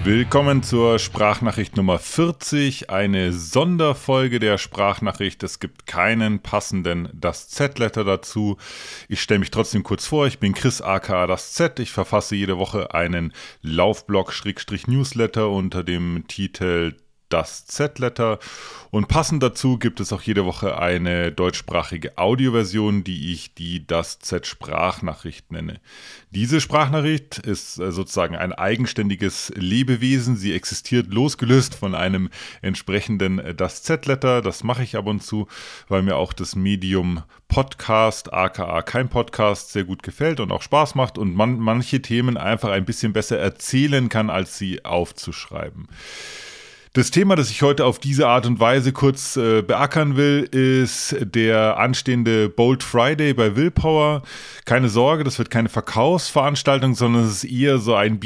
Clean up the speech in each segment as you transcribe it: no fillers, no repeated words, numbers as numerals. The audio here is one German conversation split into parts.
Willkommen zur Sprachnachricht Nummer 40, eine Sonderfolge der Sprachnachricht. Es gibt keinen passenden Das Z-Letter dazu. Ich stelle mich trotzdem kurz vor, ich bin Chris aka Das Z. Ich verfasse jede Woche einen Laufblog-Newsletter unter dem Titel Das Z-Letter und passend dazu gibt es auch jede Woche eine deutschsprachige Audioversion, die ich die Das Z-Sprachnachricht nenne. Diese Sprachnachricht ist sozusagen ein eigenständiges Lebewesen. Sie existiert losgelöst von einem entsprechenden Das Z-Letter. Das mache ich ab und zu, weil mir auch das Medium Podcast, aka kein Podcast, sehr gut gefällt und auch Spaß macht und man manche Themen einfach ein bisschen besser erzählen kann, als sie aufzuschreiben. Das Thema, das ich heute auf diese Art und Weise kurz beackern will, ist der anstehende Bold Friday bei Willpower. Keine Sorge, das wird keine Verkaufsveranstaltung, sondern es ist eher so ein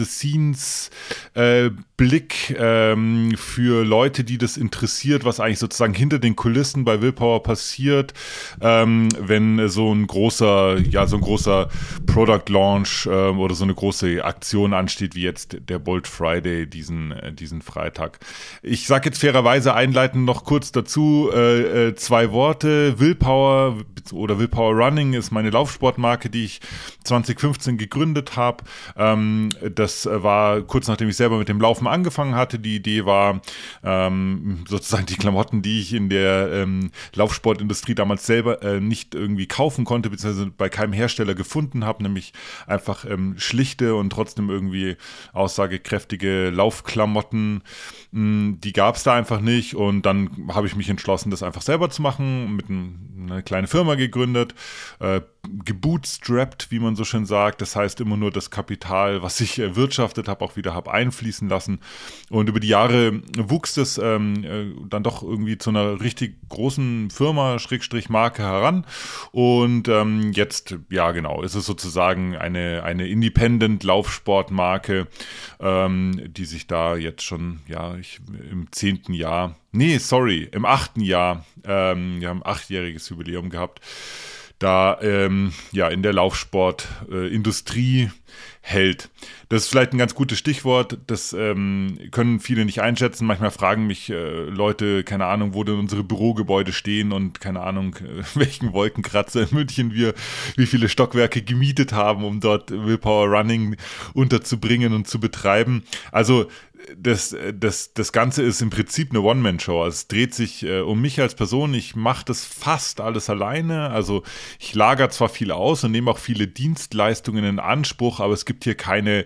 Behind-the-Scenes-Blick für Leute, die das interessiert, was eigentlich sozusagen hinter den Kulissen bei Willpower passiert, wenn so ein großer Product Launch oder so eine große Aktion ansteht, wie jetzt der Bold Friday diesen Freitag. Ich sage jetzt fairerweise einleitend noch kurz dazu 2 Worte. Willpower oder Willpower Running ist meine Laufsportmarke, die ich 2015 gegründet habe. Das war kurz nachdem ich selber mit dem Laufen angefangen hatte. Die Idee war sozusagen die Klamotten, die ich in der Laufsportindustrie damals selber nicht irgendwie kaufen konnte, beziehungsweise bei keinem Hersteller gefunden habe, nämlich einfach schlichte und trotzdem irgendwie aussagekräftige Laufklamotten. Die gab es da einfach nicht und dann habe ich mich entschlossen, das einfach selber zu machen, mit einer kleinen Firma gegründet, gebootstrapped, wie man so schön sagt, das heißt immer nur das Kapital, was ich erwirtschaftet habe, auch wieder habe einfließen lassen und über die Jahre wuchs das dann doch irgendwie zu einer richtig großen Firma, Marke heran und jetzt, ja genau, ist es sozusagen eine Independent-Laufsportmarke, die sich da jetzt schon, im 10. Jahr, im 8. Jahr, wir haben 8-jähriges Jubiläum gehabt, da in der Laufsportindustrie hält. Das ist vielleicht ein ganz gutes Stichwort, das können viele nicht einschätzen. Manchmal fragen mich Leute, keine Ahnung, wo denn unsere Bürogebäude stehen und keine Ahnung, welchen Wolkenkratzer in München wir wie viele Stockwerke gemietet haben, um dort Willpower Running unterzubringen und zu betreiben. Also das Ganze ist im Prinzip eine One-Man-Show. Also es dreht sich um mich als Person. Ich mache das fast alles alleine. Also ich lager zwar viel aus und nehme auch viele Dienstleistungen in Anspruch, aber es gibt hier keine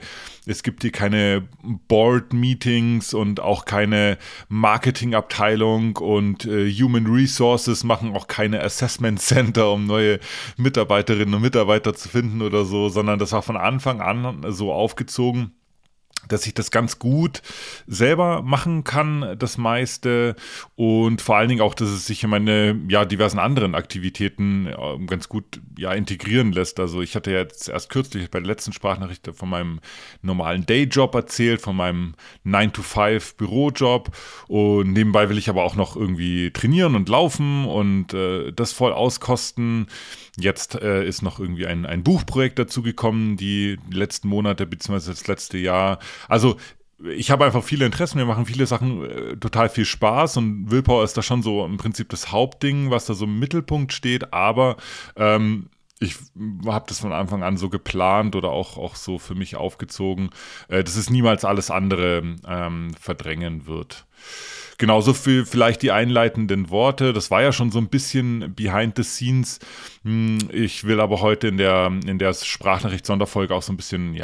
Board-Meetings und auch keine Marketingabteilung und Human Resources machen auch keine Assessment Center, um neue Mitarbeiterinnen und Mitarbeiter zu finden oder so, sondern das war von Anfang an so aufgezogen, dass ich das ganz gut selber machen kann, das meiste und vor allen Dingen auch, dass es sich in meine diversen anderen Aktivitäten ganz gut integrieren lässt. Also ich hatte jetzt erst kürzlich bei der letzten Sprachnachricht von meinem normalen Dayjob erzählt, von meinem 9-to-5 Bürojob und nebenbei will ich aber auch noch irgendwie trainieren und laufen und das voll auskosten. Jetzt ist noch irgendwie ein Buchprojekt dazu gekommen, die letzten Monate bzw. das letzte Jahr. Also ich habe einfach viele Interessen, mir machen viele Sachen total viel Spaß und Willpower ist da schon so im Prinzip das Hauptding, was da so im Mittelpunkt steht, aber ich habe das von Anfang an so geplant oder auch so für mich aufgezogen, dass es niemals alles andere verdrängen wird. Genauso für vielleicht die einleitenden Worte. Das war ja schon so ein bisschen behind the scenes. Ich will aber heute in der Sprachnachricht-Sonderfolge auch so ein bisschen,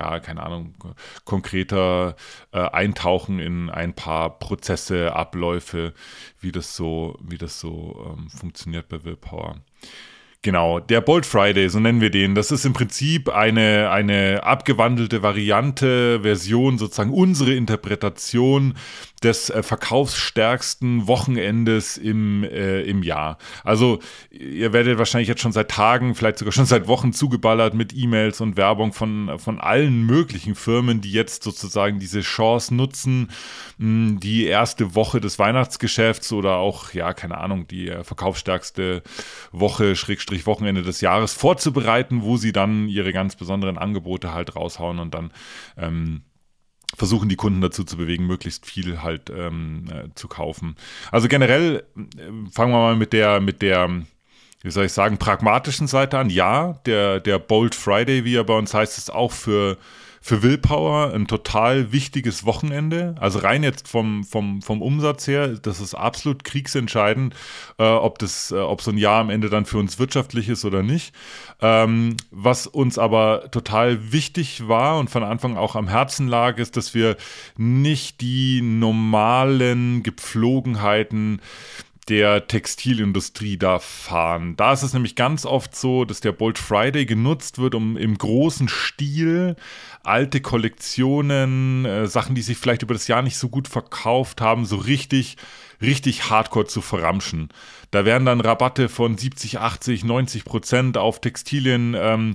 konkreter eintauchen in ein paar Prozesse, Abläufe, wie das so funktioniert bei Willpower. Genau, der Bold Friday, so nennen wir den, das ist im Prinzip eine abgewandelte Version, sozusagen unsere Interpretation des verkaufsstärksten Wochenendes im Jahr. Also ihr werdet wahrscheinlich jetzt schon seit Tagen, vielleicht sogar schon seit Wochen zugeballert mit E-Mails und Werbung von allen möglichen Firmen, die jetzt sozusagen diese Chance nutzen, die erste Woche des Weihnachtsgeschäfts oder auch, die verkaufsstärkste Woche, Wochenende des Jahres vorzubereiten, wo sie dann ihre ganz besonderen Angebote halt raushauen und dann versuchen die Kunden dazu zu bewegen, möglichst viel halt zu kaufen. Also generell fangen wir mal mit der, wie soll ich sagen, pragmatischen Seite an. Ja, der Bold Friday, wie er bei uns heißt, ist auch für Willpower ein total wichtiges Wochenende. Also rein jetzt vom Umsatz her, das ist absolut kriegsentscheidend, ob so ein Jahr am Ende dann für uns wirtschaftlich ist oder nicht. Was uns aber total wichtig war und von Anfang auch am Herzen lag, ist, dass wir nicht die normalen Gepflogenheiten der Textilindustrie da fahren. Da ist es nämlich ganz oft so, dass der Bold Friday genutzt wird, um im großen Stil alte Kollektionen, Sachen, die sich vielleicht über das Jahr nicht so gut verkauft haben, so richtig hardcore zu verramschen. Da werden dann Rabatte von 70, 80, 90% auf Textilien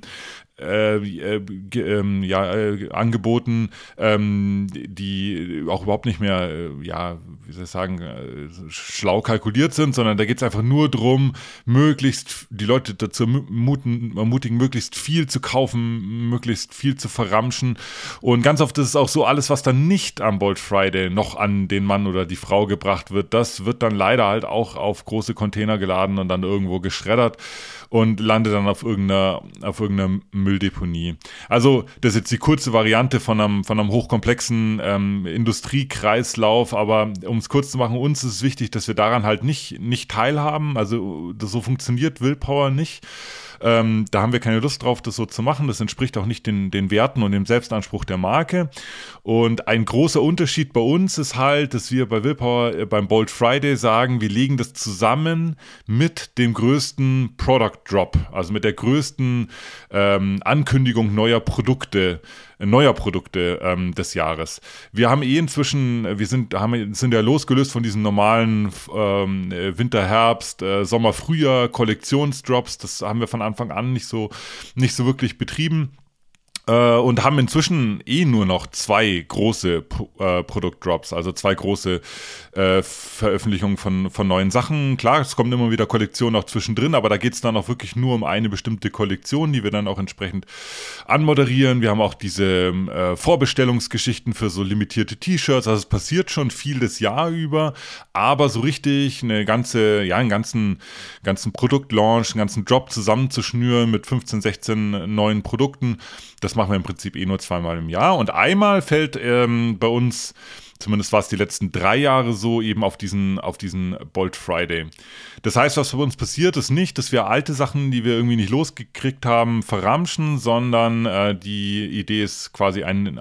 angeboten, die auch überhaupt nicht mehr, wie soll ich sagen, schlau kalkuliert sind, sondern da geht es einfach nur darum, möglichst die Leute dazu ermutigen, möglichst viel zu kaufen, möglichst viel zu verramschen. Und ganz oft ist es auch so, alles, was dann nicht am Bold Friday noch an den Mann oder die Frau gebracht wird, das wird dann leider halt auch auf große Container geladen und dann irgendwo geschreddert und landet dann auf irgendeiner Mülldeponie. Also das ist jetzt die kurze Variante von einem hochkomplexen Industriekreislauf, aber um es kurz zu machen, uns ist wichtig, dass wir daran halt nicht teilhaben, also so funktioniert Willpower nicht. Da haben wir keine Lust drauf, das so zu machen. Das entspricht auch nicht den Werten und dem Selbstanspruch der Marke. Und ein großer Unterschied bei uns ist halt, dass wir bei Willpower beim Bold Friday sagen, wir legen das zusammen mit dem größten Product Drop, also mit der größten Ankündigung neuer Produkte des Jahres. Wir haben inzwischen, sind ja losgelöst von diesen normalen Winter, Herbst, Sommer, Frühjahr Kollektionsdrops. Das haben wir von Anfang an nicht so wirklich betrieben. Und haben inzwischen nur noch 2 große Produktdrops, also 2 große Veröffentlichungen von neuen Sachen. Klar, es kommen immer wieder Kollektionen auch zwischendrin, aber da geht es dann auch wirklich nur um eine bestimmte Kollektion, die wir dann auch entsprechend anmoderieren. Wir haben auch diese Vorbestellungsgeschichten für so limitierte T-Shirts, also es passiert schon viel das Jahr über, aber so richtig einen ganzen Produktlaunch, einen ganzen Drop zusammenzuschnüren mit 15, 16 neuen Produkten, das machen wir im Prinzip nur 2-mal im Jahr. Und einmal fällt bei uns, zumindest war es die letzten 3 Jahre so, eben auf diesen Bold Friday. Das heißt, was bei uns passiert, ist nicht, dass wir alte Sachen, die wir irgendwie nicht losgekriegt haben, verramschen, sondern die Idee ist quasi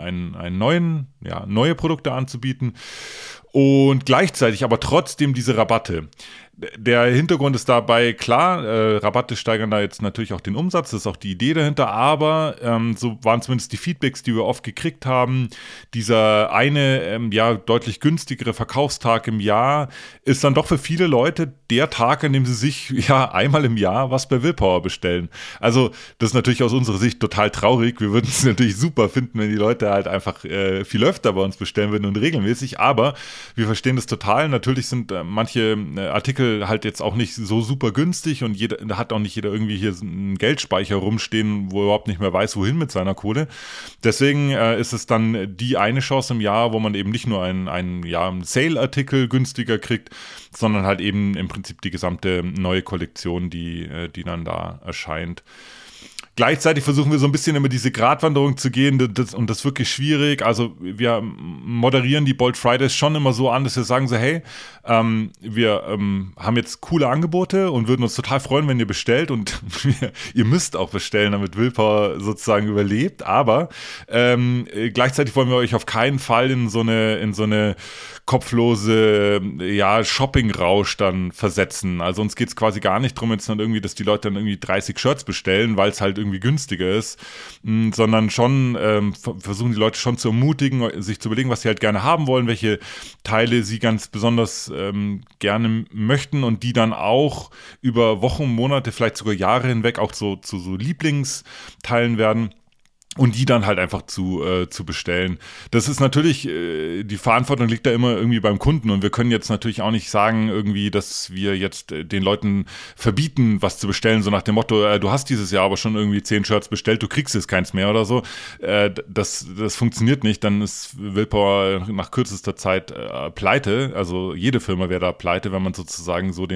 neue Produkte anzubieten und gleichzeitig aber trotzdem diese Rabatte. Der Hintergrund ist dabei klar, Rabatte steigern da jetzt natürlich auch den Umsatz, das ist auch die Idee dahinter, aber so waren zumindest die Feedbacks, die wir oft gekriegt haben, dieser eine deutlich günstigere Verkaufstag im Jahr ist dann doch für viele Leute der Tag, an dem sie sich einmal im Jahr was bei Willpower bestellen. Also das ist natürlich aus unserer Sicht total traurig, wir würden es natürlich super finden, wenn die Leute halt einfach viel öfter bei uns bestellen würden und regelmäßig, aber wir verstehen das total, natürlich sind manche Artikel halt jetzt auch nicht so super günstig und da hat auch nicht jeder irgendwie hier einen Geldspeicher rumstehen, wo er überhaupt nicht mehr weiß, wohin mit seiner Kohle. Deswegen ist es dann die eine Chance im Jahr, wo man eben nicht nur einen Sale-Artikel günstiger kriegt, sondern halt eben im Prinzip die gesamte neue Kollektion, die dann da erscheint. Gleichzeitig versuchen wir so ein bisschen immer diese Gratwanderung zu gehen und das ist wirklich schwierig. Also wir moderieren die Bold Fridays schon immer so an, dass wir sagen so, hey, wir haben jetzt coole Angebote und würden uns total freuen, wenn ihr bestellt und ihr müsst auch bestellen, damit Willpower sozusagen überlebt. Aber gleichzeitig wollen wir euch auf keinen Fall in so eine kopflose Shopping-Rausch dann versetzen. Also uns geht es quasi gar nicht darum, jetzt dann irgendwie, dass die Leute dann irgendwie 30 Shirts bestellen, weil es halt irgendwie günstiger ist, sondern schon versuchen die Leute schon zu ermutigen, sich zu überlegen, was sie halt gerne haben wollen, welche Teile sie ganz besonders gerne möchten und die dann auch über Wochen, Monate, vielleicht sogar Jahre hinweg auch so zu so Lieblingsteilen werden. und die dann halt einfach zu bestellen. Das ist natürlich, die Verantwortung liegt da immer irgendwie beim Kunden und wir können jetzt natürlich auch nicht sagen irgendwie, dass wir jetzt den Leuten verbieten, was zu bestellen, so nach dem Motto, du hast dieses Jahr aber schon irgendwie 10 Shirts bestellt, du kriegst jetzt keins mehr oder so. Das funktioniert nicht, dann ist Willpower nach kürzester Zeit pleite, also jede Firma wäre da pleite, wenn man sozusagen so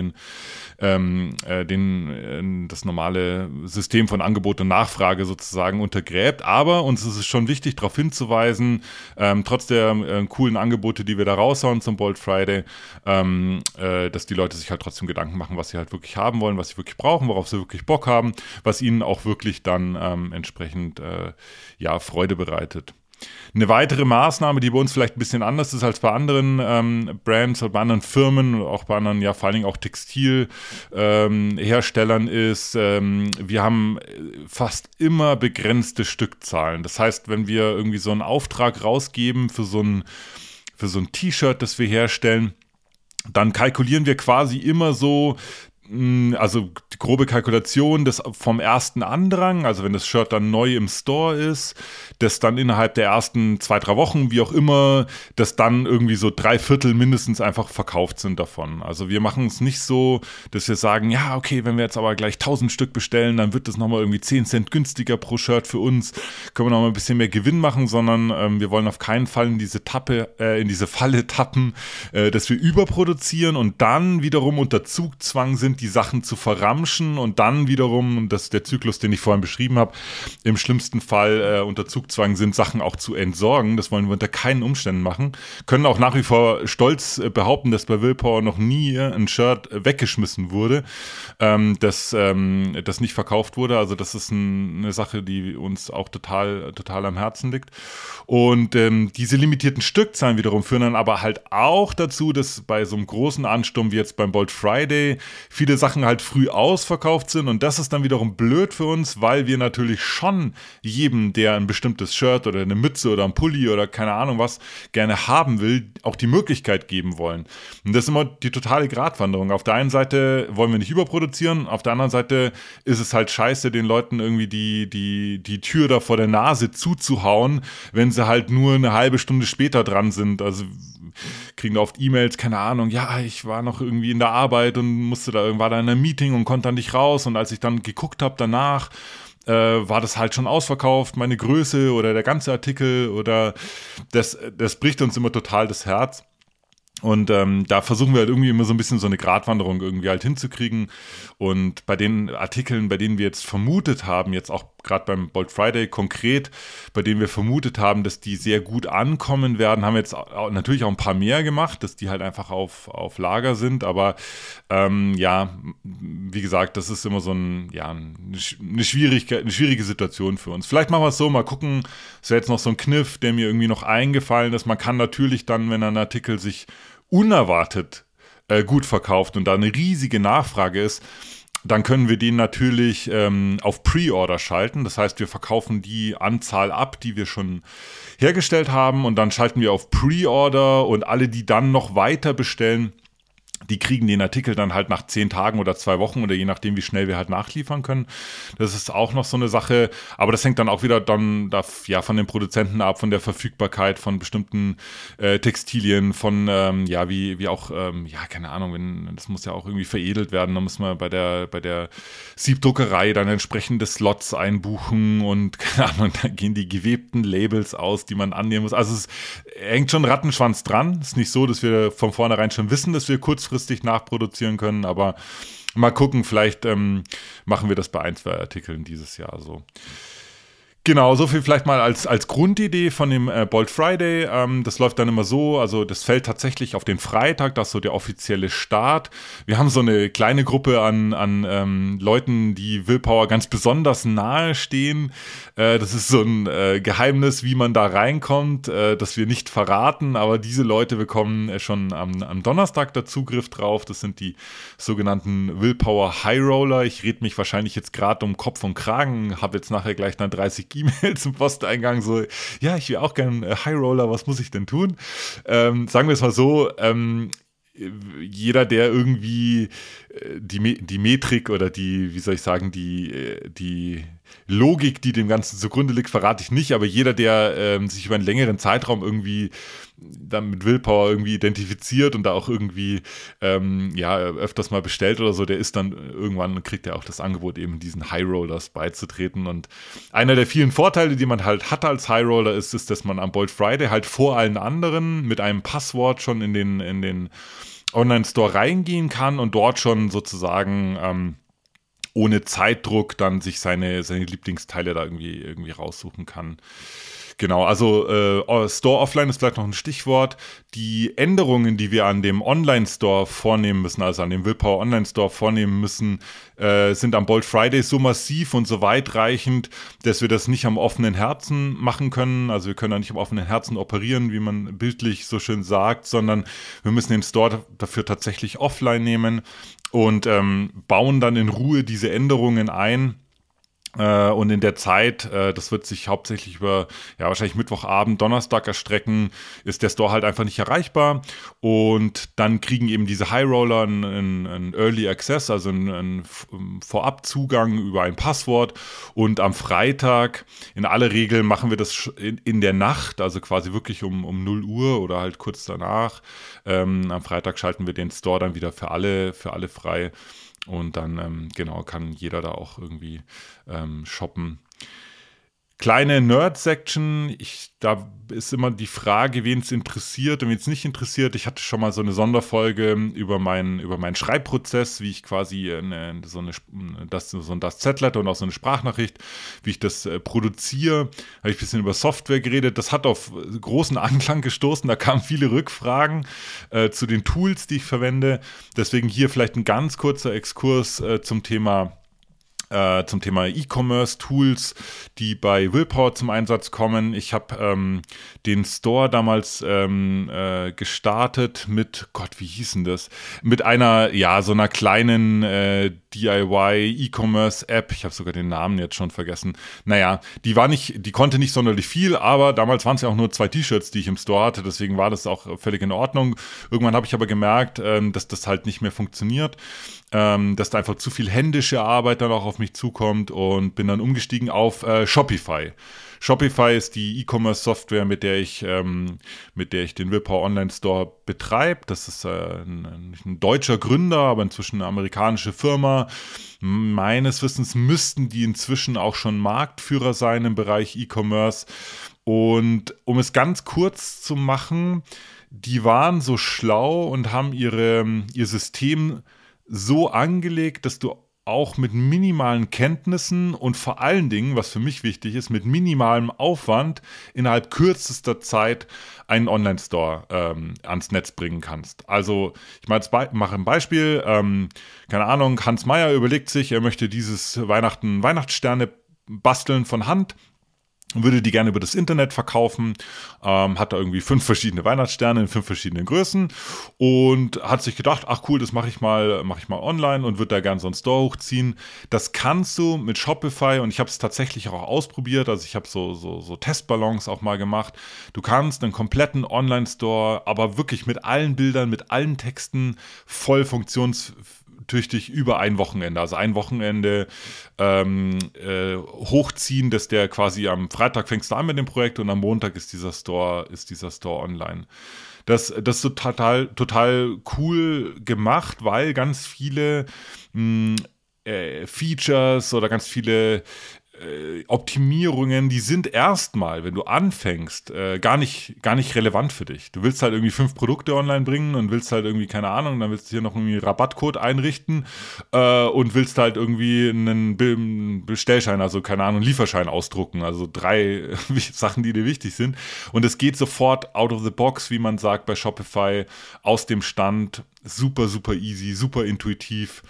das normale System von Angebot und Nachfrage sozusagen untergräbt. Aber uns ist es schon wichtig, darauf hinzuweisen, trotz der coolen Angebote, die wir da raushauen zum Bold Friday, dass die Leute sich halt trotzdem Gedanken machen, was sie halt wirklich haben wollen, was sie wirklich brauchen, worauf sie wirklich Bock haben, was ihnen auch wirklich dann entsprechend Freude bereitet. Eine weitere Maßnahme, die bei uns vielleicht ein bisschen anders ist als bei anderen Brands oder bei anderen Firmen, auch bei anderen, ja vor allen Dingen auch Textilherstellern ist, wir haben fast immer begrenzte Stückzahlen. Das heißt, wenn wir irgendwie so einen Auftrag rausgeben für so ein T-Shirt, das wir herstellen, dann kalkulieren wir quasi immer so, also die grobe Kalkulation des vom ersten Andrang, also wenn das Shirt dann neu im Store ist, das dann innerhalb der ersten 2-3 Wochen, wie auch immer, dass dann irgendwie so 3/4 mindestens einfach verkauft sind davon. Also wir machen es nicht so, dass wir sagen, ja, okay, wenn wir jetzt aber gleich 1000 Stück bestellen, dann wird das nochmal irgendwie 10 Cent günstiger pro Shirt für uns, können wir nochmal ein bisschen mehr Gewinn machen, sondern wir wollen auf keinen Fall in diese Falle tappen, dass wir überproduzieren und dann wiederum unter Zugzwang sind, die Sachen zu verramschen und dann wiederum, und das ist der Zyklus, den ich vorhin beschrieben habe, im schlimmsten Fall unter Zugzwang sind, Sachen auch zu entsorgen. Das wollen wir unter keinen Umständen machen. Können auch nach wie vor stolz behaupten, dass bei Willpower noch nie ein Shirt weggeschmissen wurde, das nicht verkauft wurde. Also das ist eine Sache, die uns auch total am Herzen liegt. Und diese limitierten Stückzahlen wiederum führen dann aber halt auch dazu, dass bei so einem großen Ansturm wie jetzt beim Bold Friday viele Sachen halt früh ausverkauft sind und das ist dann wiederum blöd für uns, weil wir natürlich schon jedem, der ein bestimmtes Shirt oder eine Mütze oder ein Pulli oder keine Ahnung was gerne haben will, auch die Möglichkeit geben wollen. Und das ist immer die totale Gratwanderung. Auf der einen Seite wollen wir nicht überproduzieren, auf der anderen Seite ist es halt scheiße, den Leuten irgendwie die Tür da vor der Nase zuzuhauen, wenn sie halt nur eine halbe Stunde später dran sind. Also kriegen da oft E-Mails, keine Ahnung, ja, ich war noch irgendwie in der Arbeit und war da in einem Meeting und konnte dann nicht raus und als ich dann geguckt habe danach, war das halt schon ausverkauft, meine Größe oder der ganze Artikel oder das bricht uns immer total das Herz. Und da versuchen wir halt irgendwie immer so ein bisschen so eine Gratwanderung irgendwie halt hinzukriegen. Und bei den Artikeln, bei denen wir jetzt vermutet haben, jetzt auch gerade beim Bold Friday konkret, bei denen wir vermutet haben, dass die sehr gut ankommen werden, haben wir jetzt natürlich auch ein paar mehr gemacht, dass die halt einfach auf Lager sind. Aber wie gesagt, das ist immer so eine schwierige Situation für uns. Vielleicht machen wir es so, mal gucken. Das wäre jetzt noch so ein Kniff, der mir irgendwie noch eingefallen ist. Man kann natürlich dann, wenn ein Artikel sich unerwartet gut verkauft und da eine riesige Nachfrage ist, dann können wir den natürlich auf Pre-Order schalten. Das heißt, wir verkaufen die Anzahl ab, die wir schon hergestellt haben und dann schalten wir auf Pre-Order und alle, die dann noch weiter bestellen, die kriegen den Artikel dann halt nach 10 Tagen oder 2 Wochen oder je nachdem, wie schnell wir halt nachliefern können. Das ist auch noch so eine Sache, aber das hängt dann auch wieder von den Produzenten ab, von der Verfügbarkeit von bestimmten Textilien, von keine Ahnung, das muss ja auch irgendwie veredelt werden, da muss man bei der Siebdruckerei dann entsprechende Slots einbuchen und keine Ahnung, da gehen die gewebten Labels aus, die man annehmen muss. Also es hängt schon Rattenschwanz dran. Es ist nicht so, dass wir von vornherein schon wissen, dass wir kurzfristig nachproduzieren können, aber mal gucken, vielleicht machen wir das bei 1-2 Artikeln dieses Jahr so. Genau, so viel vielleicht mal als Grundidee von dem Bold Friday. Das läuft dann immer so, also das fällt tatsächlich auf den Freitag, das ist so der offizielle Start. Wir haben so eine kleine Gruppe an Leuten, die Willpower ganz besonders nahe stehen. Das ist so ein Geheimnis, wie man da reinkommt, das wir nicht verraten, aber diese Leute bekommen schon am Donnerstag da Zugriff drauf. Das sind die sogenannten Willpower High Roller. Ich rede mich wahrscheinlich jetzt gerade um Kopf und Kragen, habe jetzt nachher gleich dann 30 E-Mails im Posteingang, so, ja, ich will auch gerne High Roller, was muss ich denn tun? Sagen wir es mal so, jeder, der irgendwie die Metrik oder die Logik, die dem Ganzen zugrunde liegt, verrate ich nicht, aber jeder, der sich über einen längeren Zeitraum irgendwie dann mit Willpower irgendwie identifiziert und da auch irgendwie öfters mal bestellt oder so, der ist dann irgendwann, kriegt er auch das Angebot, eben diesen High Rollers beizutreten. Und einer der vielen Vorteile, die man halt hat als High Roller, ist, dass man am Bold Friday halt vor allen anderen mit einem Passwort schon in den Online-Store reingehen kann und dort schon sozusagen ohne Zeitdruck dann sich seine Lieblingsteile da irgendwie raussuchen kann. Genau, also Store Offline ist vielleicht noch ein Stichwort. Die Änderungen, die wir an dem Online-Store vornehmen müssen, also an dem Willpower Online-Store vornehmen müssen, sind am Bold Friday so massiv und so weitreichend, dass wir das nicht am offenen Herzen machen können. Also wir können da nicht am offenen Herzen operieren, wie man bildlich so schön sagt, sondern wir müssen den Store dafür tatsächlich offline nehmen und bauen dann in Ruhe diese Änderungen ein. Und in der Zeit, das wird sich hauptsächlich über, wahrscheinlich Mittwochabend, Donnerstag erstrecken, ist der Store halt einfach nicht erreichbar. Und dann kriegen eben diese High Roller einen Early Access, also einen Vorabzugang über ein Passwort. Und am Freitag, in aller Regel machen wir das in der Nacht, also quasi wirklich um 0 Uhr oder halt kurz danach. Am Freitag schalten wir den Store dann wieder für alle frei. Und dann, kann jeder da auch irgendwie shoppen. Kleine Nerd-Section, da ist immer die Frage, wen es interessiert und wen es nicht interessiert. Ich hatte schon mal so eine Sonderfolge über meinen Schreibprozess, wie ich quasi so ein Das-Z-Letter und auch so eine Sprachnachricht, wie ich das produziere. Habe ich ein bisschen über Software geredet. Das hat auf großen Anklang gestoßen. Da kamen viele Rückfragen zu den Tools, die ich verwende. Deswegen hier vielleicht ein ganz kurzer Exkurs zum Thema E-Commerce-Tools, die bei Willpower zum Einsatz kommen. Ich habe den Store damals gestartet mit, wie hieß denn das? Mit einer, so einer kleinen DIY-E-Commerce-App. Ich habe sogar den Namen jetzt schon vergessen. Naja, die konnte nicht sonderlich viel, aber damals waren es ja auch nur 2 T-Shirts, die ich im Store hatte. Deswegen war das auch völlig in Ordnung. Irgendwann habe ich aber gemerkt, dass das halt nicht mehr funktioniert. Dass da einfach zu viel händische Arbeit dann auch auf mich zukommt und bin dann umgestiegen auf Shopify. Shopify ist die E-Commerce-Software, mit der ich den Willpower Online Store betreibe. Das ist ein deutscher Gründer, aber inzwischen eine amerikanische Firma. Meines Wissens müssten die inzwischen auch schon Marktführer sein im Bereich E-Commerce. Und um es ganz kurz zu machen, die waren so schlau und haben ihr System so angelegt, dass du auch mit minimalen Kenntnissen und vor allen Dingen, was für mich wichtig ist, mit minimalem Aufwand innerhalb kürzester Zeit einen Online-Store ans Netz bringen kannst. Also ich mache ein Beispiel, keine Ahnung, Hans Meyer überlegt sich, er möchte dieses Weihnachtssterne basteln von Hand, würde die gerne über das Internet verkaufen, hat da irgendwie 5 verschiedene Weihnachtssterne in 5 verschiedenen Größen und hat sich gedacht, ach cool, das mache ich mal online und würde da gerne so einen Store hochziehen. Das kannst du mit Shopify und ich habe es tatsächlich auch ausprobiert, also ich habe so Testballons auch mal gemacht. Du kannst einen kompletten Online-Store, aber wirklich mit allen Bildern, mit allen Texten voll funktionstüchtig über ein Wochenende. Also ein Wochenende hochziehen, dass der quasi am Freitag fängst du an mit dem Projekt und am Montag ist dieser Store online. Das ist so total cool gemacht, weil ganz viele Features oder ganz viele Optimierungen, die sind erstmal, wenn du anfängst, gar nicht relevant für dich. Du willst halt irgendwie 5 Produkte online bringen und willst halt irgendwie, keine Ahnung, dann willst du hier noch irgendwie einen Rabattcode einrichten und willst halt irgendwie einen Bestellschein, also keine Ahnung, einen Lieferschein ausdrucken. Also 3 Sachen, die dir wichtig sind. Und es geht sofort out of the box, wie man sagt bei Shopify, aus dem Stand. Super, super easy, super intuitiv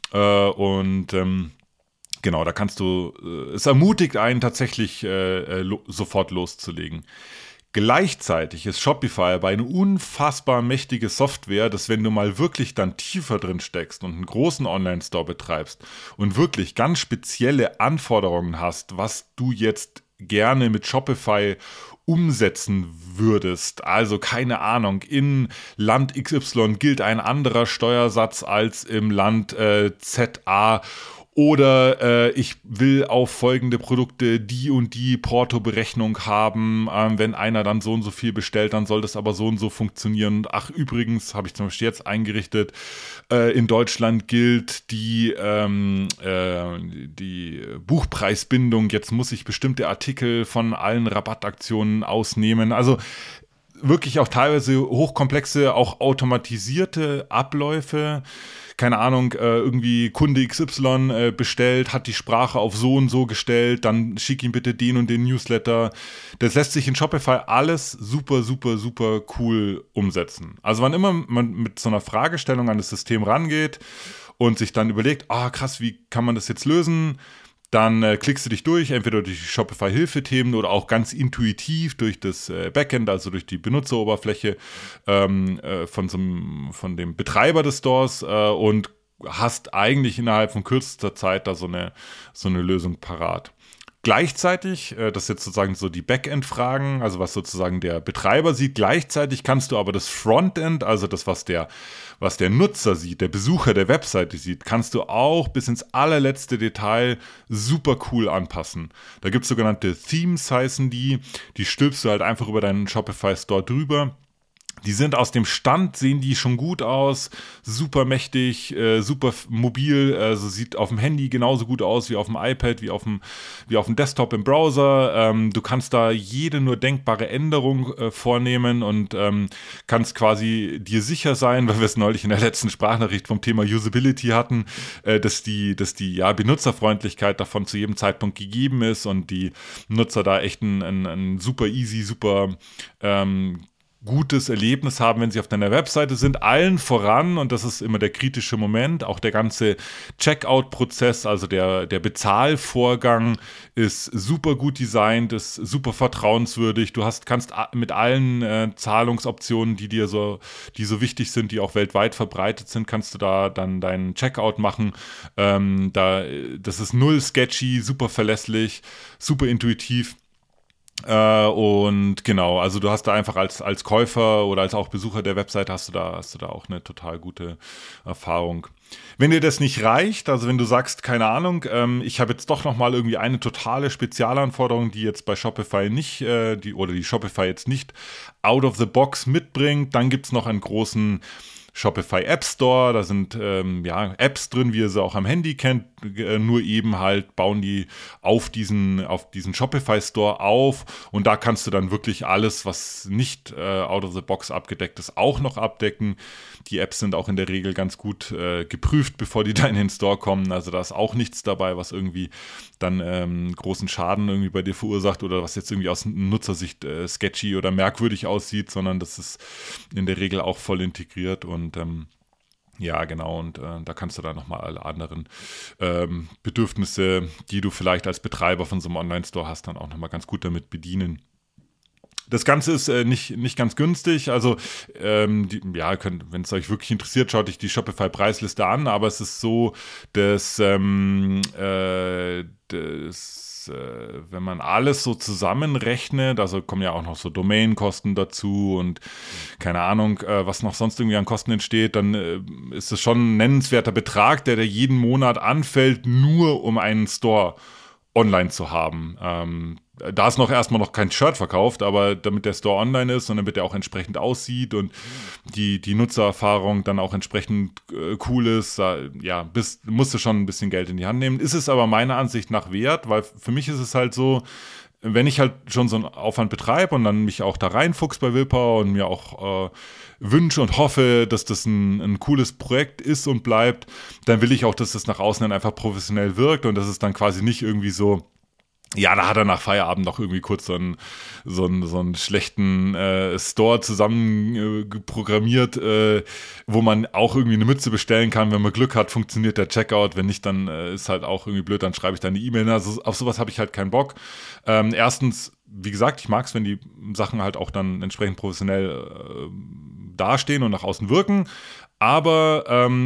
Genau, da kannst du, es ermutigt einen tatsächlich sofort loszulegen. Gleichzeitig ist Shopify aber eine unfassbar mächtige Software, dass wenn du mal wirklich dann tiefer drin steckst und einen großen Online-Store betreibst und wirklich ganz spezielle Anforderungen hast, was du jetzt gerne mit Shopify umsetzen würdest. Also keine Ahnung, in Land XY gilt ein anderer Steuersatz als im Land ZA Oder ich will auf folgende Produkte die und die Porto-Berechnung haben. Wenn einer dann so und so viel bestellt, dann soll das aber so und so funktionieren. Ach, übrigens, habe ich zum Beispiel jetzt eingerichtet, in Deutschland gilt die Buchpreisbindung. Jetzt muss ich bestimmte Artikel von allen Rabattaktionen ausnehmen. Also wirklich auch teilweise hochkomplexe, auch automatisierte Abläufe. Keine Ahnung, irgendwie Kunde XY bestellt, hat die Sprache auf so und so gestellt, dann schick ihm bitte den und den Newsletter. Das lässt sich in Shopify alles super, super, super cool umsetzen. Also wann immer man mit so einer Fragestellung an das System rangeht und sich dann überlegt, krass, wie kann man das jetzt lösen? Dann klickst du dich durch, entweder durch die Shopify-Hilfethemen oder auch ganz intuitiv durch das Backend, also durch die Benutzeroberfläche von dem Betreiber des Stores und hast eigentlich innerhalb von kürzester Zeit da so eine Lösung parat. Gleichzeitig, das ist jetzt sozusagen so die Backend-Fragen, also was sozusagen der Betreiber sieht, gleichzeitig kannst du aber das Frontend, also das, was der Nutzer sieht, der Besucher der Webseite sieht, kannst du auch bis ins allerletzte Detail super cool anpassen. Da gibt es sogenannte Themes, heißen die stülpst du halt einfach über deinen Shopify Store drüber. Die sind aus dem Stand, sehen die schon gut aus, super mächtig, super mobil, also sieht auf dem Handy genauso gut aus wie auf dem iPad, wie auf dem Desktop im Browser. Du kannst da jede nur denkbare Änderung vornehmen und kannst quasi dir sicher sein, weil wir es neulich in der letzten Sprachnachricht vom Thema Usability hatten, dass die Benutzerfreundlichkeit davon zu jedem Zeitpunkt gegeben ist und die Nutzer da echt ein super easy, super gutes Erlebnis haben, wenn sie auf deiner Webseite sind, allen voran, und das ist immer der kritische Moment, auch der ganze Checkout-Prozess, also der Bezahlvorgang ist super gut designt, ist super vertrauenswürdig, kannst mit allen Zahlungsoptionen, die so wichtig sind, die auch weltweit verbreitet sind, kannst du da dann deinen Checkout machen, das ist null sketchy, super verlässlich, super intuitiv. Und genau, also du hast da einfach als Käufer oder als auch Besucher der Website hast du da auch eine total gute Erfahrung. Wenn dir das nicht reicht, also wenn du sagst, keine Ahnung, ich habe jetzt doch nochmal irgendwie eine totale Spezialanforderung, die jetzt bei Shopify nicht, die Shopify jetzt nicht out of the box mitbringt, dann gibt es noch einen großen Shopify App Store, da sind Apps drin, wie ihr sie auch am Handy kennt, nur eben halt bauen die auf diesen Shopify Store auf und da kannst du dann wirklich alles, was nicht out of the box abgedeckt ist, auch noch abdecken. Die Apps sind auch in der Regel ganz gut geprüft, bevor die da in den Store kommen, also da ist auch nichts dabei, was irgendwie dann großen Schaden irgendwie bei dir verursacht oder was jetzt irgendwie aus Nutzersicht sketchy oder merkwürdig aussieht, sondern das ist in der Regel auch voll integriert und ja, genau, und da kannst du dann nochmal alle anderen Bedürfnisse, die du vielleicht als Betreiber von so einem Online-Store hast, dann auch nochmal ganz gut damit bedienen. Das Ganze ist nicht ganz günstig, also wenn es euch wirklich interessiert, schaut euch die Shopify-Preisliste an, aber es ist so, dass wenn man alles so zusammenrechnet, also kommen ja auch noch so Domainkosten dazu und keine Ahnung, was noch sonst irgendwie an Kosten entsteht, dann ist es schon ein nennenswerter Betrag, der jeden Monat anfällt, nur um einen Store online zu haben. Da ist erstmal noch kein Shirt verkauft, aber damit der Store online ist und damit der auch entsprechend aussieht und die Nutzererfahrung dann auch entsprechend cool ist, musst du schon ein bisschen Geld in die Hand nehmen. Ist es aber meiner Ansicht nach wert, weil für mich ist es halt so, wenn ich halt schon so einen Aufwand betreibe und dann mich auch da reinfuchs bei Willpower und mir auch wünsche und hoffe, dass das ein cooles Projekt ist und bleibt, dann will ich auch, dass das nach außen dann einfach professionell wirkt und dass es dann quasi nicht irgendwie so, ja, da hat er nach Feierabend noch irgendwie kurz so einen schlechten Store zusammen programmiert, wo man auch irgendwie eine Mütze bestellen kann. Wenn man Glück hat, funktioniert der Checkout. Wenn nicht, dann ist halt auch irgendwie blöd, dann schreibe ich dann eine E-Mail. Also auf sowas habe ich halt keinen Bock. Erstens, wie gesagt, ich mag es, wenn die Sachen halt auch dann entsprechend professionell dastehen und nach außen wirken. Aber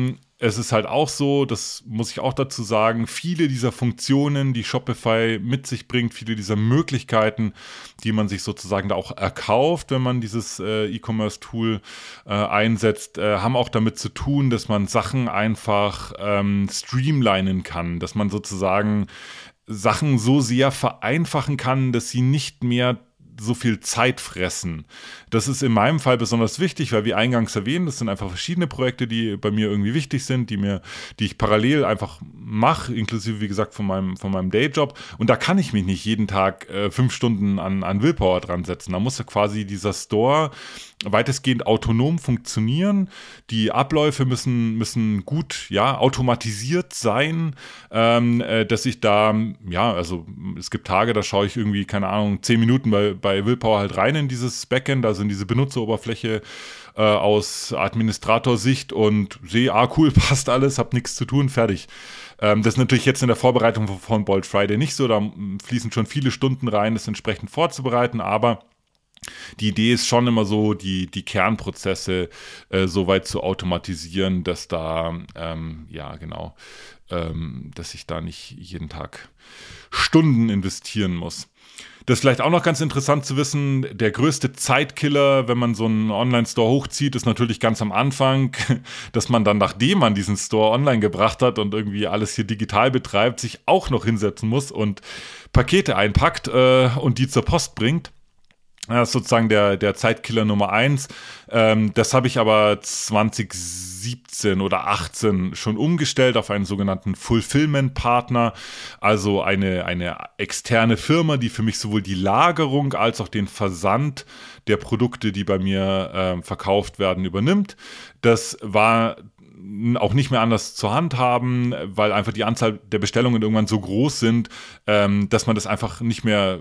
es ist halt auch so, das muss ich auch dazu sagen, viele dieser Funktionen, die Shopify mit sich bringt, viele dieser Möglichkeiten, die man sich sozusagen da auch erkauft, wenn man dieses E-Commerce-Tool einsetzt, haben auch damit zu tun, dass man Sachen einfach streamlinen kann, dass man sozusagen Sachen so sehr vereinfachen kann, dass sie nicht mehr so viel Zeit fressen. Das ist in meinem Fall besonders wichtig, weil wie eingangs erwähnt, das sind einfach verschiedene Projekte, die bei mir irgendwie wichtig sind, die ich parallel einfach mache, inklusive, wie gesagt, von meinem Dayjob. Und da kann ich mich nicht jeden Tag 5 Stunden an Willpower dran setzen. Da muss ja quasi dieser Store weitestgehend autonom funktionieren. Die Abläufe müssen gut, automatisiert sein, dass ich da, also es gibt Tage, da schaue ich irgendwie, keine Ahnung, 10 Minuten bei Willpower halt rein in dieses Backend, also in diese Benutzeroberfläche aus Administratorsicht und sehe, cool, passt alles, hab nichts zu tun, fertig. Das ist natürlich jetzt in der Vorbereitung von Bold Friday nicht so, da fließen schon viele Stunden rein, das entsprechend vorzubereiten, aber die Idee ist schon immer so, die Kernprozesse so weit zu automatisieren, dass da, dass ich da nicht jeden Tag Stunden investieren muss. Das ist vielleicht auch noch ganz interessant zu wissen, der größte Zeitkiller, wenn man so einen Online-Store hochzieht, ist natürlich ganz am Anfang, dass man dann, nachdem man diesen Store online gebracht hat und irgendwie alles hier digital betreibt, sich auch noch hinsetzen muss und Pakete einpackt und die zur Post bringt. Das ist sozusagen der Zeitkiller Nummer 1. Das habe ich aber 2017 oder 18 schon umgestellt auf einen sogenannten Fulfillment-Partner, also eine externe Firma, die für mich sowohl die Lagerung als auch den Versand der Produkte, die bei mir verkauft werden, übernimmt. Das war auch nicht mehr anders zu handhaben, weil einfach die Anzahl der Bestellungen irgendwann so groß sind, dass man das einfach nicht mehr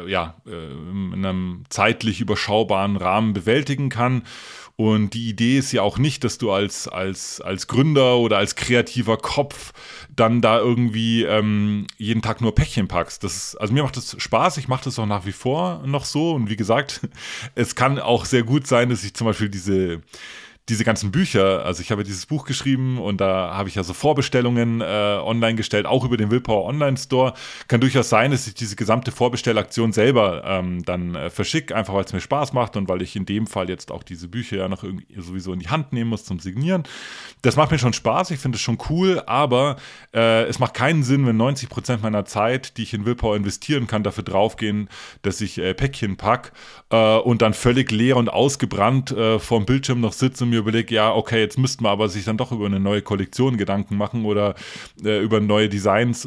in einem zeitlich überschaubaren Rahmen bewältigen kann. Und die Idee ist ja auch nicht, dass du als Gründer oder als kreativer Kopf dann da irgendwie jeden Tag nur Päckchen packst. Also mir macht das Spaß, ich mache das auch nach wie vor noch so. Und wie gesagt, es kann auch sehr gut sein, dass ich zum Beispiel diese ganzen Bücher, also ich habe dieses Buch geschrieben und da habe ich ja so Vorbestellungen online gestellt, auch über den Willpower Online Store. Kann durchaus sein, dass ich diese gesamte Vorbestellaktion selber dann verschicke, einfach weil es mir Spaß macht und weil ich in dem Fall jetzt auch diese Bücher ja noch irgendwie sowieso in die Hand nehmen muss zum Signieren. Das macht mir schon Spaß, ich finde es schon cool, aber es macht keinen Sinn, wenn 90% meiner Zeit, die ich in Willpower investieren kann, dafür draufgehen, dass ich Päckchen packe und dann völlig leer und ausgebrannt vorm Bildschirm noch sitze und mir überlege, ja, okay, jetzt müssten wir aber sich dann doch über eine neue Kollektion Gedanken machen oder über neue Designs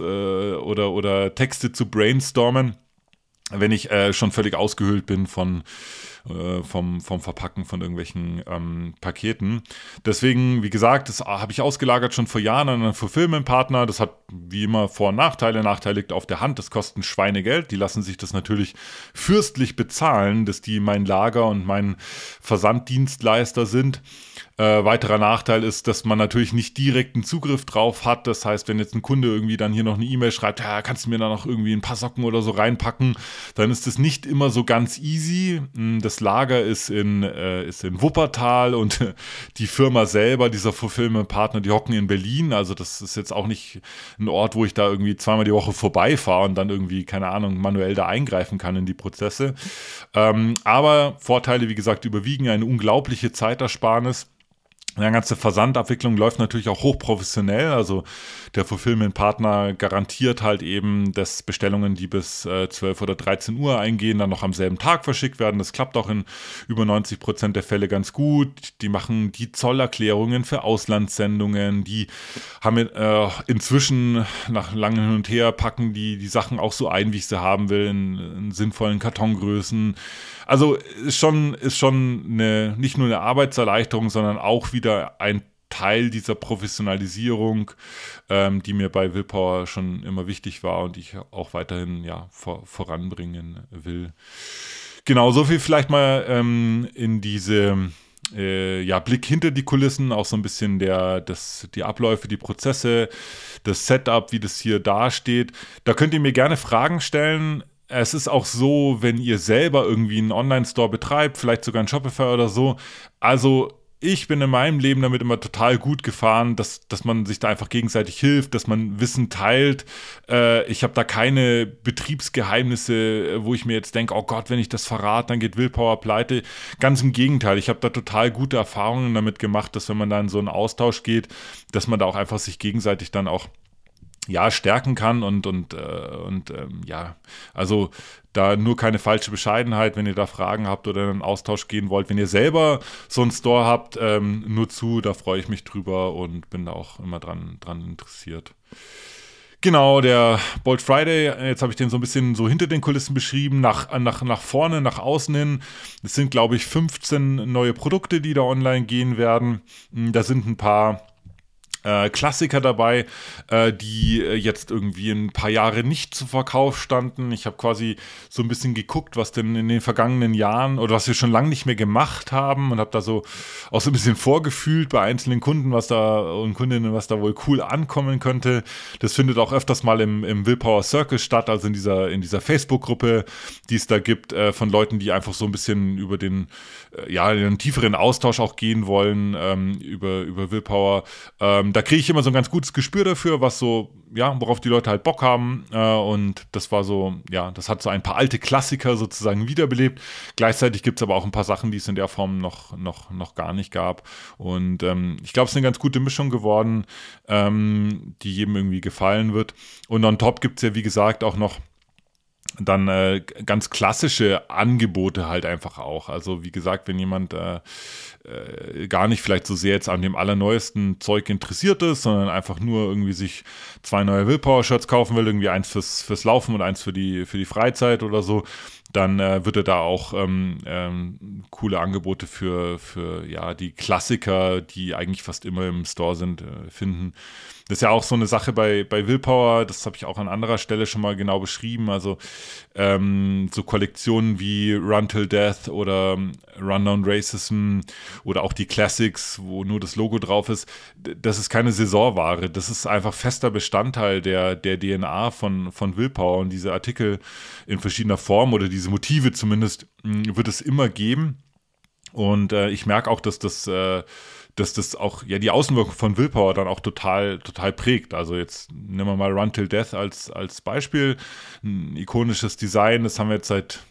oder Texte zu brainstormen, wenn ich schon völlig ausgehöhlt bin vom Verpacken von irgendwelchen Paketen. Deswegen, wie gesagt, das habe ich ausgelagert schon vor Jahren an einen Fulfillment-Partner. Das hat wie immer Vor- und Nachteile. Nachteil liegt auf der Hand, das kostet ein Schweinegeld. Die lassen sich das natürlich fürstlich bezahlen, dass die mein Lager und mein Versanddienstleister sind. Weiterer Nachteil ist, dass man natürlich nicht direkten Zugriff drauf hat. Das heißt, wenn jetzt ein Kunde irgendwie dann hier noch eine E-Mail schreibt, ja, kannst du mir da noch irgendwie ein paar Socken oder so reinpacken, dann ist das nicht immer so ganz easy. Das Lager ist in Wuppertal und die Firma selber, dieser Fulfillment-Partner, die hocken in Berlin. Also das ist jetzt auch nicht ein Ort, wo ich da irgendwie zweimal die Woche vorbeifahre und dann irgendwie, keine Ahnung, manuell da eingreifen kann in die Prozesse. Aber Vorteile, wie gesagt, überwiegen, eine unglaubliche Zeitersparnis. Die ganze Versandabwicklung läuft natürlich auch hochprofessionell, also der Fulfillment-Partner garantiert halt eben, dass Bestellungen, die bis 12 oder 13 Uhr eingehen, dann noch am selben Tag verschickt werden. Das klappt auch in über 90% der Fälle ganz gut. Die machen die Zollerklärungen für Auslandssendungen, die haben inzwischen nach langem Hin und Her packen die Sachen auch so ein, wie ich sie haben will, in sinnvollen Kartongrößen. Also ist schon nicht nur eine Arbeitserleichterung, sondern auch wieder ein Teil dieser Professionalisierung, die mir bei Willpower schon immer wichtig war und die ich auch weiterhin voranbringen will. Genau, so viel vielleicht mal in diese Blick hinter die Kulissen, auch so ein bisschen die Abläufe, die Prozesse, das Setup, wie das hier dasteht. Da könnt ihr mir gerne Fragen stellen. Es ist auch so, wenn ihr selber irgendwie einen Online-Store betreibt, vielleicht sogar einen Shopify oder so, also ich bin in meinem Leben damit immer total gut gefahren, dass man sich da einfach gegenseitig hilft, dass man Wissen teilt. Ich habe da keine Betriebsgeheimnisse, wo ich mir jetzt denke, oh Gott, wenn ich das verrate, dann geht Willpower pleite. Ganz im Gegenteil, ich habe da total gute Erfahrungen damit gemacht, dass wenn man da in so einen Austausch geht, dass man da auch einfach sich gegenseitig dann auch stärken kann und also da nur keine falsche Bescheidenheit, wenn ihr da Fragen habt oder in einen Austausch gehen wollt. Wenn ihr selber so einen Store habt, nur zu, da freue ich mich drüber und bin da auch immer dran interessiert. Genau, der Bold Friday, jetzt habe ich den so ein bisschen so hinter den Kulissen beschrieben, nach vorne, nach außen hin. Es sind, glaube ich, 15 neue Produkte, die da online gehen werden. Da sind ein paar Klassiker dabei, die jetzt irgendwie ein paar Jahre nicht zu Verkauf standen. Ich habe quasi so ein bisschen geguckt, was denn in den vergangenen Jahren oder was wir schon lange nicht mehr gemacht haben und habe da so auch so ein bisschen vorgefühlt bei einzelnen Kunden und Kundinnen, was da wohl cool ankommen könnte. Das findet auch öfters mal im Willpower Circle statt, also in dieser Facebook-Gruppe, die es da gibt, von Leuten, die einfach so ein bisschen über den einen tieferen Austausch auch gehen wollen, über Willpower. Da kriege ich immer so ein ganz gutes Gespür dafür, worauf die Leute halt Bock haben. Und das war so, das hat so ein paar alte Klassiker sozusagen wiederbelebt. Gleichzeitig gibt es aber auch ein paar Sachen, die es in der Form noch gar nicht gab. Und ich glaube, es ist eine ganz gute Mischung geworden, die jedem irgendwie gefallen wird. Und on top gibt es ja, wie gesagt, auch noch dann ganz klassische Angebote halt einfach auch. Also wie gesagt, wenn jemand gar nicht vielleicht so sehr jetzt an dem allerneuesten Zeug interessiert ist, sondern einfach nur irgendwie sich 2 neue Willpower-Shirts kaufen will, irgendwie eins fürs Laufen und eins für die Freizeit oder so, dann wird er da auch coole Angebote für die Klassiker, die eigentlich fast immer im Store sind, finden. Das ist ja auch so eine Sache bei Willpower, das habe ich auch an anderer Stelle schon mal genau beschrieben, also so Kollektionen wie Run Till Death oder Rundown Racism oder auch die Classics, wo nur das Logo drauf ist, das ist keine Saisonware, das ist einfach fester Bestandteil der DNA von Willpower und diese Artikel in verschiedener Form oder diese Motive zumindest wird es immer geben und ich merke auch, dass das auch die Außenwirkung von Willpower dann auch total prägt. Also jetzt nehmen wir mal Run Till Death als Beispiel. Ein ikonisches Design, das haben wir jetzt seit,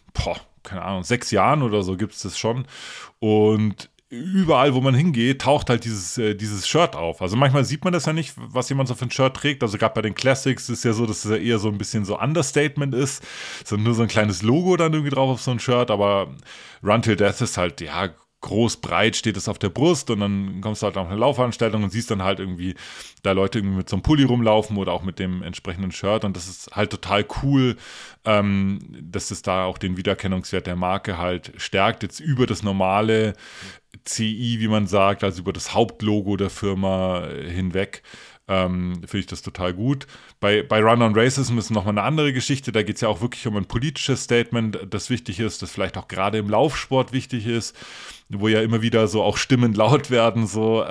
6 Jahren oder so gibt es das schon. Und überall, wo man hingeht, taucht halt dieses Shirt auf. Also manchmal sieht man das ja nicht, was jemand so für ein Shirt trägt. Also gerade bei den Classics ist ja so, dass es ja eher so ein bisschen so Understatement ist. So nur so ein kleines Logo dann irgendwie drauf auf so ein Shirt. Aber Run Till Death ist halt, groß, breit steht es auf der Brust und dann kommst du halt auf eine Laufveranstaltung und siehst dann halt irgendwie da Leute irgendwie mit so einem Pulli rumlaufen oder auch mit dem entsprechenden Shirt und das ist halt total cool, dass es da auch den Wiedererkennungswert der Marke halt stärkt, jetzt über das normale CI, wie man sagt, also über das Hauptlogo der Firma hinweg. Finde ich das total gut. Bei Rundown Racism ist nochmal eine andere Geschichte. Da geht es ja auch wirklich um ein politisches Statement, das wichtig ist, das vielleicht auch gerade im Laufsport wichtig ist, wo ja immer wieder so auch Stimmen laut werden, so,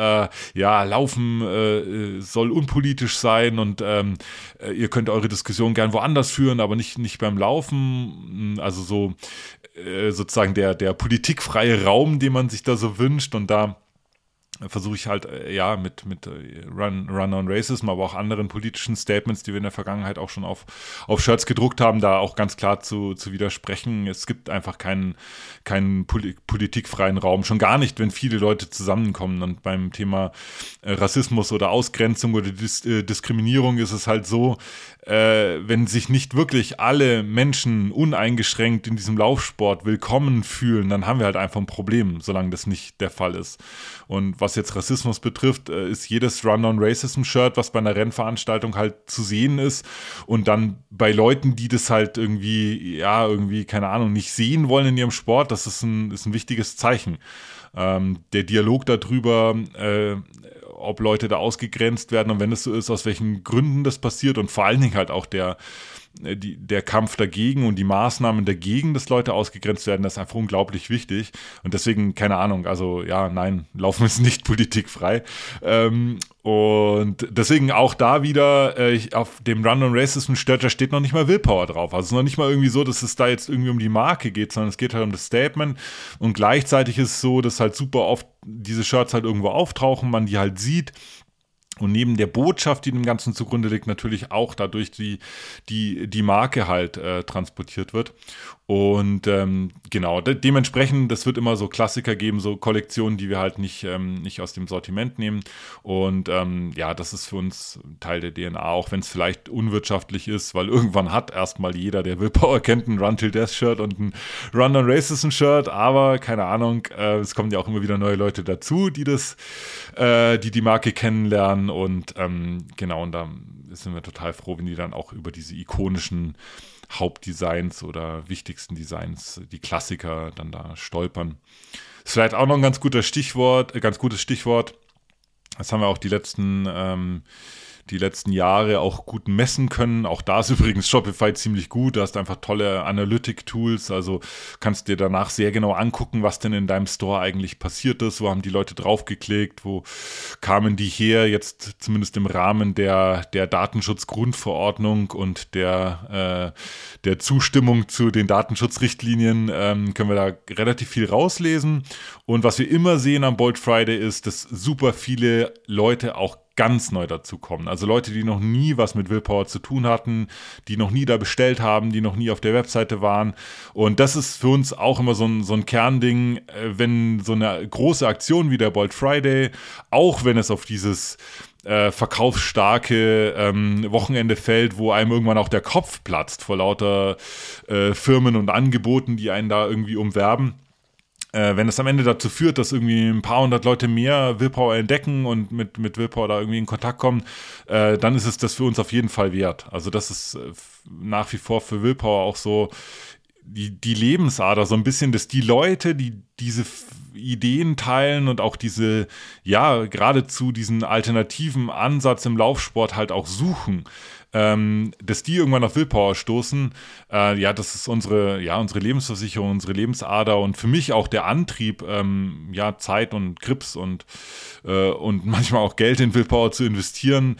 Laufen soll unpolitisch sein und ihr könnt eure Diskussion gern woanders führen, aber nicht beim Laufen. Also so sozusagen der politikfreie Raum, den man sich da so wünscht und da versuche ich halt, mit Run on Racism, aber auch anderen politischen Statements, die wir in der Vergangenheit auch schon auf Shirts gedruckt haben, da auch ganz klar zu widersprechen. Es gibt einfach keinen politikfreien Raum, schon gar nicht, wenn viele Leute zusammenkommen. Und beim Thema Rassismus oder Ausgrenzung oder Diskriminierung ist es halt so, wenn sich nicht wirklich alle Menschen uneingeschränkt in diesem Laufsport willkommen fühlen, dann haben wir halt einfach ein Problem, solange das nicht der Fall ist. Und was jetzt Rassismus betrifft, ist jedes Rundown Racism Shirt, was bei einer Rennveranstaltung halt zu sehen ist und dann bei Leuten, die das halt irgendwie, keine Ahnung, nicht sehen wollen in ihrem Sport, das ist ein wichtiges Zeichen. Der Dialog darüber, ob Leute da ausgegrenzt werden und wenn es so ist, aus welchen Gründen das passiert und vor allen Dingen halt auch der der Kampf dagegen und die Maßnahmen dagegen, dass Leute ausgegrenzt werden, das ist einfach unglaublich wichtig. Und deswegen, keine Ahnung, also ja, nein, Laufen ist nicht politikfrei. Und deswegen auch da wieder, auf dem Random Racism Shirt, da steht noch nicht mal Willpower drauf. Also es ist noch nicht mal irgendwie so, dass es da jetzt irgendwie um die Marke geht, sondern es geht halt um das Statement. Und gleichzeitig ist es so, dass halt super oft diese Shirts halt irgendwo auftauchen, man die halt sieht. Und neben der Botschaft, die dem Ganzen zugrunde liegt, natürlich auch dadurch die Marke halt transportiert wird. Und genau, dementsprechend, das wird immer so Klassiker geben, so Kollektionen, die wir halt nicht aus dem Sortiment nehmen. Und ja, das ist für uns Teil der DNA, auch wenn es vielleicht unwirtschaftlich ist, weil irgendwann hat erstmal jeder, der Willpower kennt, ein Run Till Death Shirt und ein Run on Racism Shirt, aber keine Ahnung, es kommen ja auch immer wieder neue Leute dazu, die die Marke kennenlernen und genau, und da sind wir total froh, wenn die dann auch über diese ikonischen Hauptdesigns oder wichtigsten Designs, die Klassiker, dann da stolpern. Ist vielleicht auch noch ein ganz gutes Stichwort. Das haben wir auch die letzten Jahre auch gut messen können. Auch da ist übrigens Shopify ziemlich gut. Du hast einfach tolle Analytic-Tools. Also kannst dir danach sehr genau angucken, was denn in deinem Store eigentlich passiert ist. Wo haben die Leute draufgeklickt? Wo kamen die her? Jetzt zumindest im Rahmen der Datenschutzgrundverordnung und der Zustimmung zu den Datenschutzrichtlinien können wir da relativ viel rauslesen. Und was wir immer sehen am Bold Friday ist, dass super viele Leute auch ganz neu dazukommen. Also Leute, die noch nie was mit Willpower zu tun hatten, die noch nie da bestellt haben, die noch nie auf der Webseite waren. Und das ist für uns auch immer so ein Kernding, wenn so eine große Aktion wie der Bold Friday, auch wenn es auf dieses verkaufsstarke Wochenende fällt, wo einem irgendwann auch der Kopf platzt vor lauter Firmen und Angeboten, die einen da irgendwie umwerben. Wenn es am Ende dazu führt, dass irgendwie ein paar hundert Leute mehr Willpower entdecken und mit Willpower da irgendwie in Kontakt kommen, dann ist es das für uns auf jeden Fall wert. Also das ist nach wie vor für Willpower auch so die Lebensader, so ein bisschen, dass die Leute, die diese Ideen teilen und auch diese, ja, geradezu diesen alternativen Ansatz im Laufsport halt auch suchen, dass die irgendwann auf Willpower stoßen, ja, das ist unsere Lebensversicherung, unsere Lebensader und für mich auch der Antrieb, ja, Zeit und Grips und manchmal auch Geld in Willpower zu investieren,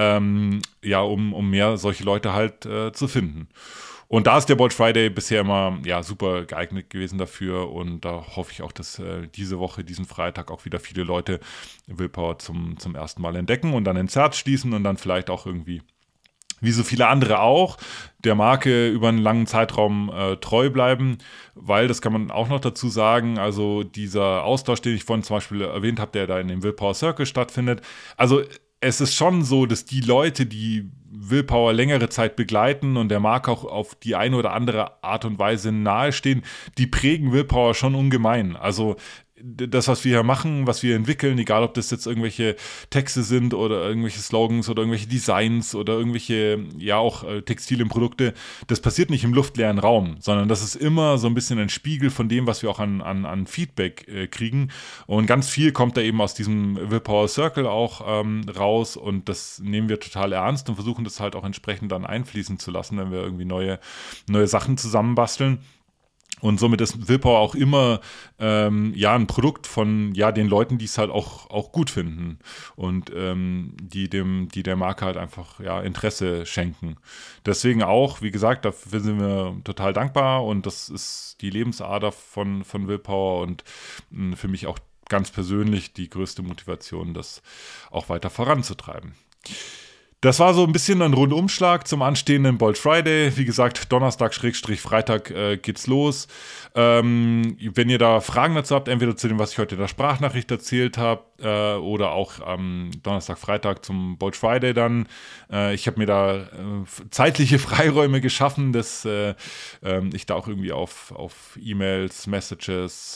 ja, um mehr solche Leute halt zu finden. Und da ist der Bold Friday bisher immer ja, super geeignet gewesen dafür und da hoffe ich auch, dass diese Woche, diesen Freitag auch wieder viele Leute Willpower zum ersten Mal entdecken und dann ins Herz schließen und dann vielleicht auch irgendwie, wie so viele andere auch, der Marke über einen langen Zeitraum treu bleiben, weil, das kann man auch noch dazu sagen, also dieser Austausch, den ich vorhin zum Beispiel erwähnt habe, der da in dem Willpower Circle stattfindet, also es ist schon so, dass die Leute, die Willpower längere Zeit begleiten und der Marke auch auf die eine oder andere Art und Weise nahestehen, die prägen Willpower schon ungemein. Also das, was wir hier machen, was wir entwickeln, egal ob das jetzt irgendwelche Texte sind oder irgendwelche Slogans oder irgendwelche Designs oder irgendwelche, ja auch textilen Produkte, das passiert nicht im luftleeren Raum, sondern das ist immer so ein bisschen ein Spiegel von dem, was wir auch an Feedback kriegen und ganz viel kommt da eben aus diesem Willpower Circle auch raus und das nehmen wir total ernst und versuchen das halt auch entsprechend dann einfließen zu lassen, wenn wir irgendwie neue Sachen zusammenbasteln. Und somit ist Willpower auch immer ja ein Produkt von ja den Leuten, die es halt auch gut finden und die der Marke halt einfach ja Interesse schenken. Deswegen auch, wie gesagt, dafür sind wir total dankbar und das ist die Lebensader von Willpower und für mich auch ganz persönlich die größte Motivation, das auch weiter voranzutreiben. Das war so ein bisschen ein Rundumschlag zum anstehenden Bold Friday. Wie gesagt, Donnerstag/Freitag geht's los. Wenn ihr da Fragen dazu habt, entweder zu dem, was ich heute in der Sprachnachricht erzählt habe, oder auch am Donnerstag, Freitag zum Bold Friday dann. Ich habe mir da zeitliche Freiräume geschaffen, dass ich da auch irgendwie auf E-Mails, Messages,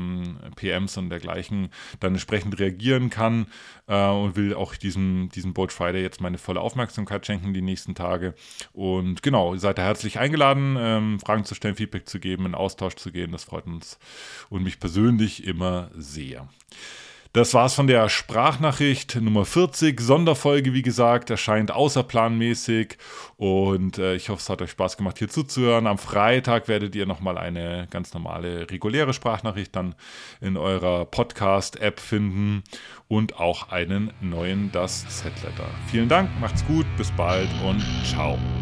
PMs und dergleichen dann entsprechend reagieren kann und will auch diesem Bold Friday jetzt meine volle Aufmerksamkeit schenken die nächsten Tage. Und genau, ihr seid da herzlich eingeladen, Fragen zu stellen, Feedback zu geben, in Austausch zu gehen. Das freut uns und mich persönlich immer sehr. Das war's von der Sprachnachricht Nummer 40. Sonderfolge, wie gesagt, erscheint außerplanmäßig und ich hoffe, es hat euch Spaß gemacht, hier zuzuhören. Am Freitag werdet ihr nochmal eine ganz normale, reguläre Sprachnachricht dann in eurer Podcast-App finden und auch einen neuen Das Z-Letter. Vielen Dank, macht's gut, bis bald und ciao.